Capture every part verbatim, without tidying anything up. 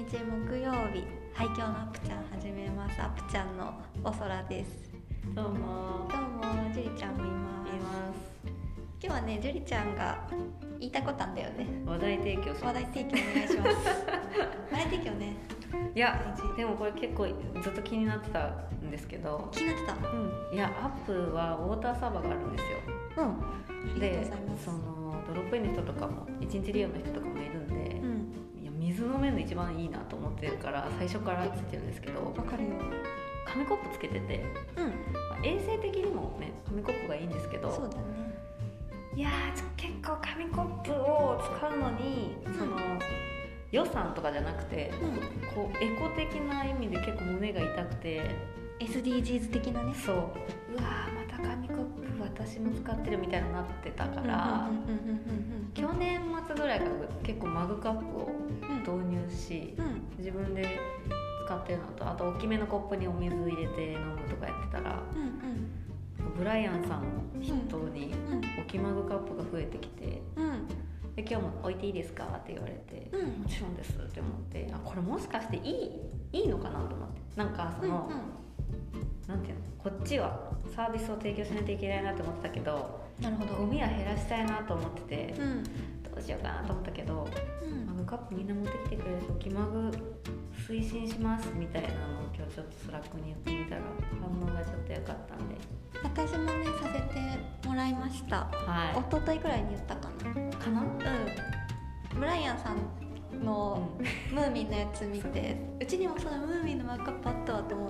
ち木曜日、はい、今日のアップちゃん始めます。アップちゃんのお空です。 どうもどうも、ジュリちゃんもいます。 います。 今日はね、ジュリちゃんが言いたいことあんだよね。 話題提供します。 話題提供お願いします。話題提供ね。 いや、でもこれ結構ずっと気になってたんですけど。 気になってた。 うん。いや、アップはウォーターサーバーがあるんですよ。 うん。 で、そのドロップインの人とかも一日利用の人とかもいるんで、うん、いや水飲めるの一番いいなと思ってるから最初からついてるんですけど。 わかるよ。 紙コップつけてて、うん、まあ、衛生的にもね紙コップがいいんですけど。 そうだね。 いやー結構紙コップを使うのに、うん、その予算とかじゃなくて、うん、こうエコ的な意味で結構胸が痛くてエスディージーズ 的なね。 そう、うわーまた紙コップ私も使ってるみたいになってたから、去年末ぐらいから結構マグカップを導入し、うん、自分で使ってるのと、あと大きめのコップにお水入れて飲むとかやってたら、うんうん、ブライアンさんを筆頭に置きマグカップが増えてきて、うん、で今日も置いていいですかって言われて、うん、もちろんですって思って、あこれもしかしていいいいのかなと思って、なんかその、うんうん、なんていうの、こっちはサービスを提供しないといけないなと思ってたけど、 なるほど、 ゴミは減らしたいなと思ってて、うん、どうしようかなと思ったけど、うん、マグカップみんな持ってきてくれるし、置きマグ推進しますみたいなのを今日ちょっとスラックに言ってみたら反応がちょっと良かったんで、 私もねさせてもらいました。はい。一昨日くらいに言ったかなかな。うん。 ブライアンさんのムーミンのやつ見て、うちにもそのムーミンのマグカップあったわって思って、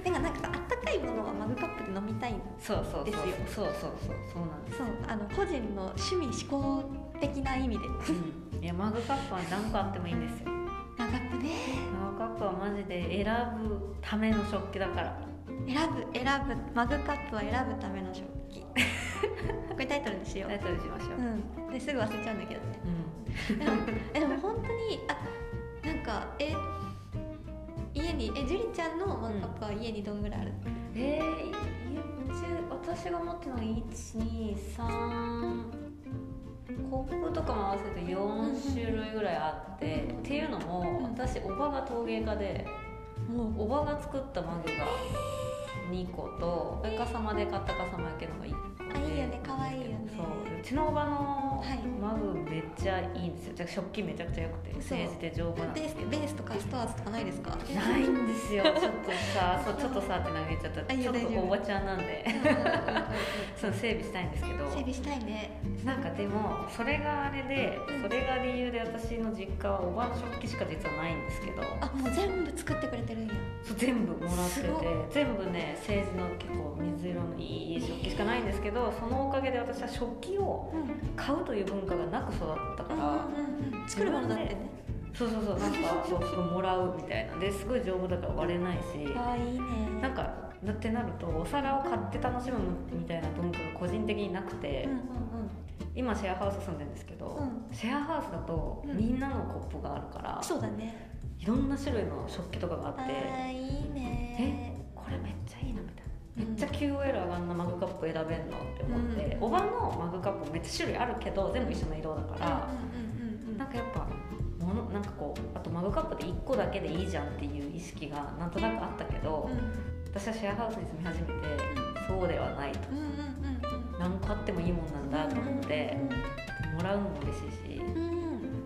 なんかなんかさ、あったかいものはマグカップで飲みたいんですよ。 そうそうそうそうそうそうそうなんです。 そう、あの個人の趣味嗜好的な意味で、 うん、いやマグカップは何個あってもいいんですよ。 マグカップね。マグカップはマジで選ぶための食器だから。 選ぶ選ぶマグカップは選ぶための食器。これタイトルにしよう。 タイトルにしましょう。 うん。ですぐ忘れちゃうんだけどね。うん。でもえでも本当にあなんかえ家にえジュリちゃんのマグカップは家にどんぐらいある？ うん、えー、うち私が持ってるのがいち、に、さんコップとかも合わせてよん種類ぐらいあって、うん、っていうのも、うん、私おばが陶芸家で、うん、おばが作ったマグがにことおかさまで買った笠間焼けのがいっこで、 あいいよね、かわいいよね。 そううちのおばのマグめっちゃいいんですよ。じゃ食器めちゃくちゃ良くて政治で丈夫なんですけど、 ベースとかストアーズとかないですか？ ないんですよ。ちょっとさそうちょっとさって投げちゃった。ちょっとおばちゃんなんでその整備したいんですけど、 整備したいね。 なんかでもそれがあれで、それが理由で私の実家はおばの食器しか実はないんですけど、 あもう全部作ってくれてるんや。 そう全部もらってて、全部ね政治の結構水色のいい食器しかないんですけど、そのおかげで私は食器を買うという文化がなく育ったから、うんうんうん、作るものだってね。 そうそうそう、なんかそうそうもらうみたいなですごい丈夫だから割れないし、 あいいね。 なんかだってなるとお皿を買って楽しむみたいな文化が個人的になくて、うんうんうん、今シェアハウス住んでるんですけど、うん、シェアハウスだとみんなのコップがあるから、うん、 そうだね、 いろんな種類の食器とかがあって、 あいいね、 えこれめっちゃいいなみたいな、めっちゃ キューオーエル 上がんなマグカップ選べんのって思って、うん、おばのマグカップめっちゃ種類あるけど全部一緒の色だから、うんうんうんうん、なんかやっぱものなんかこうあとマグカップでいっこだけでいいじゃんっていう意識がなんとなくあったけど、うん、私はシェアハウスに住み始めて、うん、そうではないと、うんうんうんうん、何個あってもいいもんなんだと思って、うんうん、もらうのも嬉しいし、うん、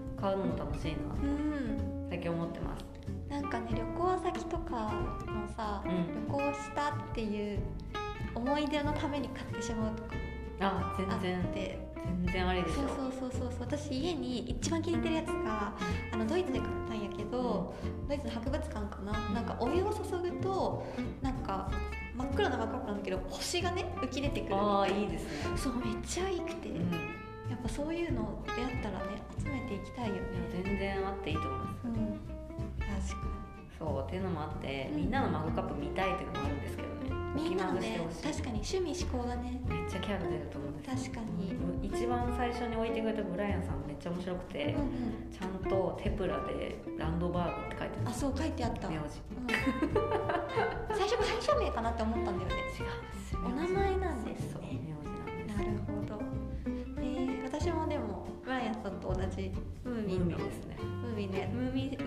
買うのも楽しいなと、うん、最近思ってます。 なんかね旅行先とかのさ、うん、旅行したっていう思い出のために買ってしまうとかあ全然全然ありでしょ。 そうそうそうそう、私家に一番気に入ってるやつがあのドイツで買ったんやけど、うん、ドイツの博物館かな、うん、なんかお湯を注ぐとなんか真っ黒なマグカップなんだけど星がね浮き出てくる。 ああいいですね。 そうめっちゃいいくて、うん、やっぱそういうの出会ったらね集めていきたいよね。 いや全然あっていいと思います、 うん、確かにそうっていうのもあって、みんなのマグカップ見たいっていうのもあるんですけどね、 みんなのね確かに趣味嗜好がねめっちゃキャラ出ると思うんです。 確かに一番最初に置いてくれたブライアンさんめっちゃ面白くて、うんうん、ちゃんとテプラでランドバーグって書いてある。 あそう書いてあった名字、うん、 最初会社名かなって思ったんだよね。 違うんです。 お名前なんですね。 そう名字なんです。 なるほど、えー、私もでもブライアンさんと同じムーミンのですね。 ムーミンねムーミンムーミン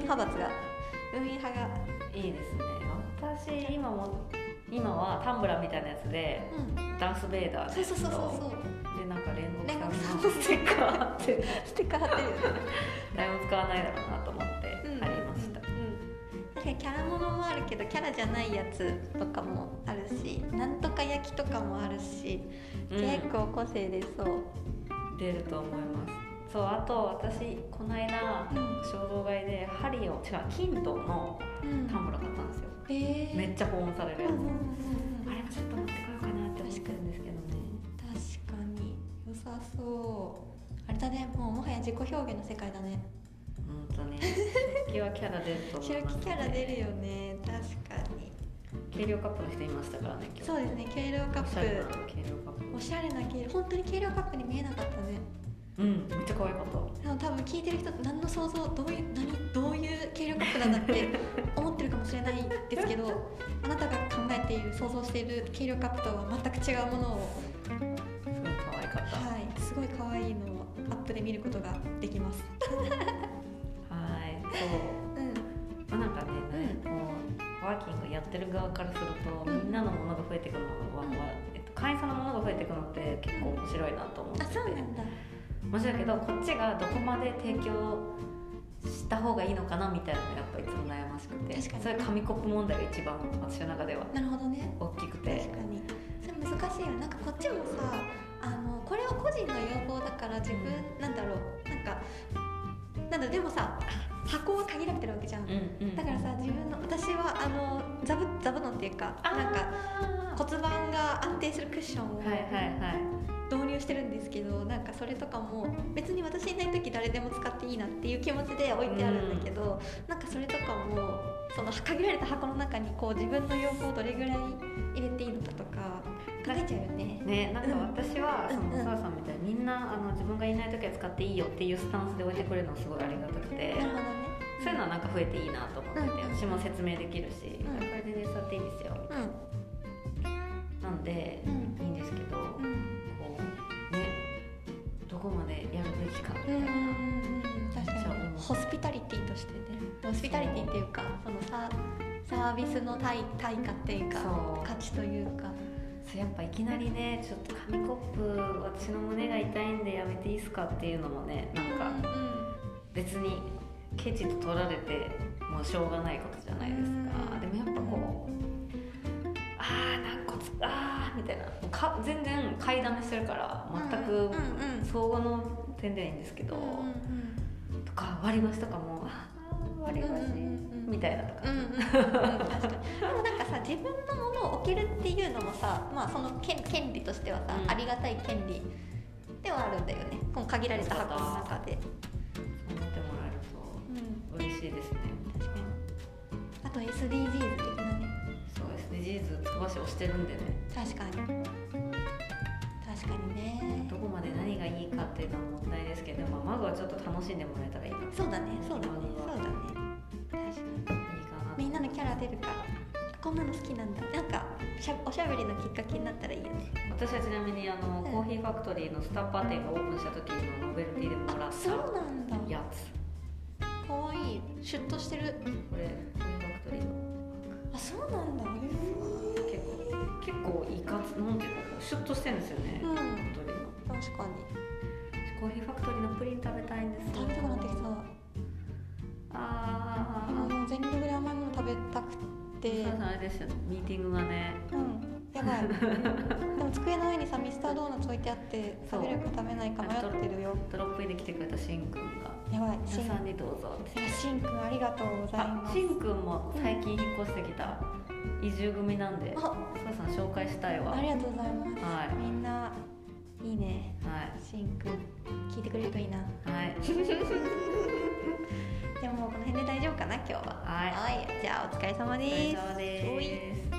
派閥が運営派がいいですね。私今も今はタンブラーみたいなやつで、うん、ダース・ベイダーのやつと、 そうそうそうそうでなんか煉獄さんのステッカー貼ってるステッカー貼ってるよね誰も使わないだろうなと思って貼りました、うんうんうん、 確かにキャラものもあるけどキャラじゃないやつとかもあるし、なんとか焼きとかもあるし、うん、結構個性出そう。 出ると思います。そう、あと私この間、うん、衝動買いでハリオ違うキントのタンブラー買ったんですよ、うん、えー、めっちゃ保温されるやつ、うんうんうんうん、あれもちょっと持ってこようかなって思ってるんですけどね。 確かに良さそう。あれだね、もうもはや自己表現の世界だね。 本当に初期はキャラ出ると思います、ね、 初期キャラ出るよね。確かに軽量カップの人いましたからね今日。 そうですね、軽量カップ、おしゃれな軽量、本当に軽量カップに見えなかったね。 うん、めっちゃ可愛かった。 でも多分聞いてる人何の想像、どういう何どういう軽量カップなんだって思ってるかもしれないですけどあなたが考えている想像している軽量カップとは全く違うものを、 すごい可愛かった。 はい、すごい可愛いのをアップで見ることができますはい、そう、うん、まあ、なんかね、うん、こうワーキングやってる側からすると、うん、みんなのものが増えていくのは、うん、えっと、会員さんのものが増えていくのって結構面白いなと思ってて、 あ、そうなんだ。 面白いけど、こっちがどこまで提供した方がいいのかなみたいなのがやっぱいつも悩ましくて、確かにそれ紙コップ問題が一番私の中ではなるほどね、 大きくて。 確かにそれ難しいよ。なんかこっちもさ、あのこれは個人の要望だから自分、うん、なんだろう、なんかなんだでもさ箱は限られてるわけじゃん、うんうん、だからさ自分の私はあの座布座布団っていうかなんか骨盤が安定するクッションを、はいはいはい、導入してるんですけど、なんかそれとかも別に私いない時誰でも使っていいなっていう気持ちで置いてあるんだけど、うん、なんかそれとかもその限られた箱の中にこう自分の要望をどれぐらい入れていいのかとか考えちゃうよね。 ね、なんか私は、うん、そのお母さんみたいにみんなあの自分がいない時は使っていいよっていうスタンスで置いてくれるのすごいありがたくて、なるほどね、そういうのはなんか増えていいなと思ってて、うん、私も説明できるし、うん、これ全然座っていいですよみたいな、うん、なんで、うん、いいんですけど、うん、こうね、どこまでやるべきかみたいな、うん、 確かにホスピタリティとしてね、ホスピタリティっていうかそのササービスの対対価っていうか価値というか、 やっぱいきなりね、ちょっと紙コップ私の胸が痛いんでやめていいですかっていうのもね、なんか別にケチと取られてもうしょうがないことじゃないですか。でもやっぱこう、あー軟骨あーみたいな、か全然買いだめしてるから全く相互の点ではいいんですけど、とか割り箸とかもあー割り箸みたいなとか、うんうんうん、確かに。でもなんかさ、自分のものを置けるっていうのもさ、まあその 権, 権利としてはさ、うん、ありがたい権利ではあるんだよね、この限られた箱の中で。そう思ってもらえると嬉しいですね、うん、確かに。 あと エスディージーズ 的なね。 そう、 エスディージーズ 飛ばし押してるんでね。 確かに確かにね。 どこまで何がいいかっていうのは問題ですけど、まあ、マグはちょっと楽しんでもらえたらいいな。 そうだね、そうだね、そうだね。確かにいいかな。みんなのキャラ出るから、こんなの好きなんだ、なんかしゃおしゃべりのきっかけになったらいいよね。 私はちなみにあの、うん、コーヒーファクトリーのスタッパー店がオープンした時のノベルティでもらったそうなんだやつ。 かわいい、シュッとしてる。 これコーヒーファクトリーの、 あ、そうなんだ。 結構結構いかつ、なんていうかシュッとしてるんですよね、うん、ファクトリーの。 確かにコーヒーファクトリーのプリン食べたいんですよ。 食べたくなってきた。 ああ、 もう全力で甘いもの食べたくて。 そうそう、あれですよね、ミーティングがね、 うん、やばいでも机の上にさミスタードーナツ置いてあって食べるか食べないか迷ってるよ。 ドロップインで来てくれたシンくんが、 やばい、 皆さんにどうぞって。 シンくんありがとうございます。 シンくんも最近引っ越してきた移住組なんで、そうさん紹介したいわ。 ありがとうございます、はい、みんないいね、はい、シンくん聞いてくれるといいな。はいでももうこの辺で大丈夫かな今日は。はい、はい、じゃあお疲れ様です。 お疲れ様です。